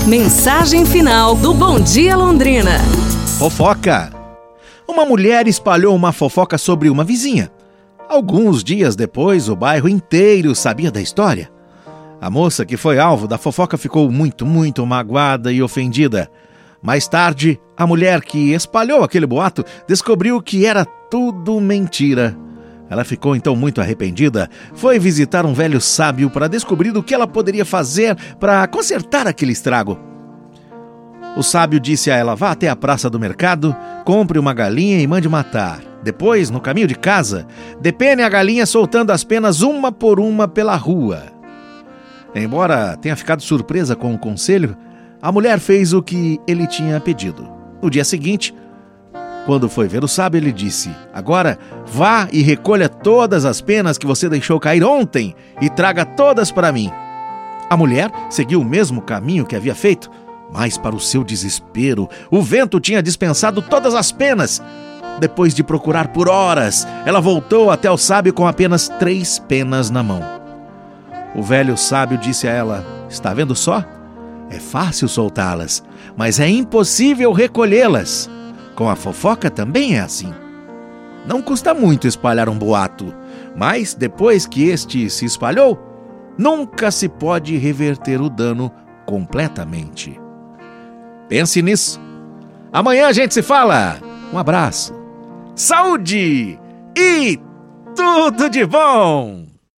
Mensagem final do Bom Dia Londrina. Fofoca. Uma mulher espalhou uma fofoca sobre uma vizinha. Alguns dias depois, o bairro inteiro sabia da história. A moça que foi alvo da fofoca ficou muito magoada e ofendida. Mais tarde, a mulher que espalhou aquele boato descobriu que era tudo mentira. Ela ficou então muito arrependida. Foi visitar um velho sábio para descobrir o que ela poderia fazer para consertar aquele estrago. O sábio disse a ela: vá até a praça do mercado, compre uma galinha e mande matar. Depois, no caminho de casa, depene a galinha soltando as penas uma por uma pela rua. Embora tenha ficado surpresa com o conselho, a mulher fez o que ele tinha pedido. No dia seguinte, quando foi ver o sábio, ele disse: agora vá e recolha todas as penas que você deixou cair ontem e traga todas para mim. A mulher seguiu o mesmo caminho que havia feito, mas para o seu desespero, o vento tinha dispensado todas as penas. Depois de procurar por horas, ela voltou até o sábio com apenas 3 penas na mão. O velho sábio disse a ela: está vendo só? É fácil soltá-las, mas é impossível recolhê-las. Com a fofoca também é assim. Não custa muito espalhar um boato, mas depois que este se espalhou, nunca se pode reverter o dano completamente. Pense nisso. Amanhã a gente se fala. Um abraço, saúde e tudo de bom!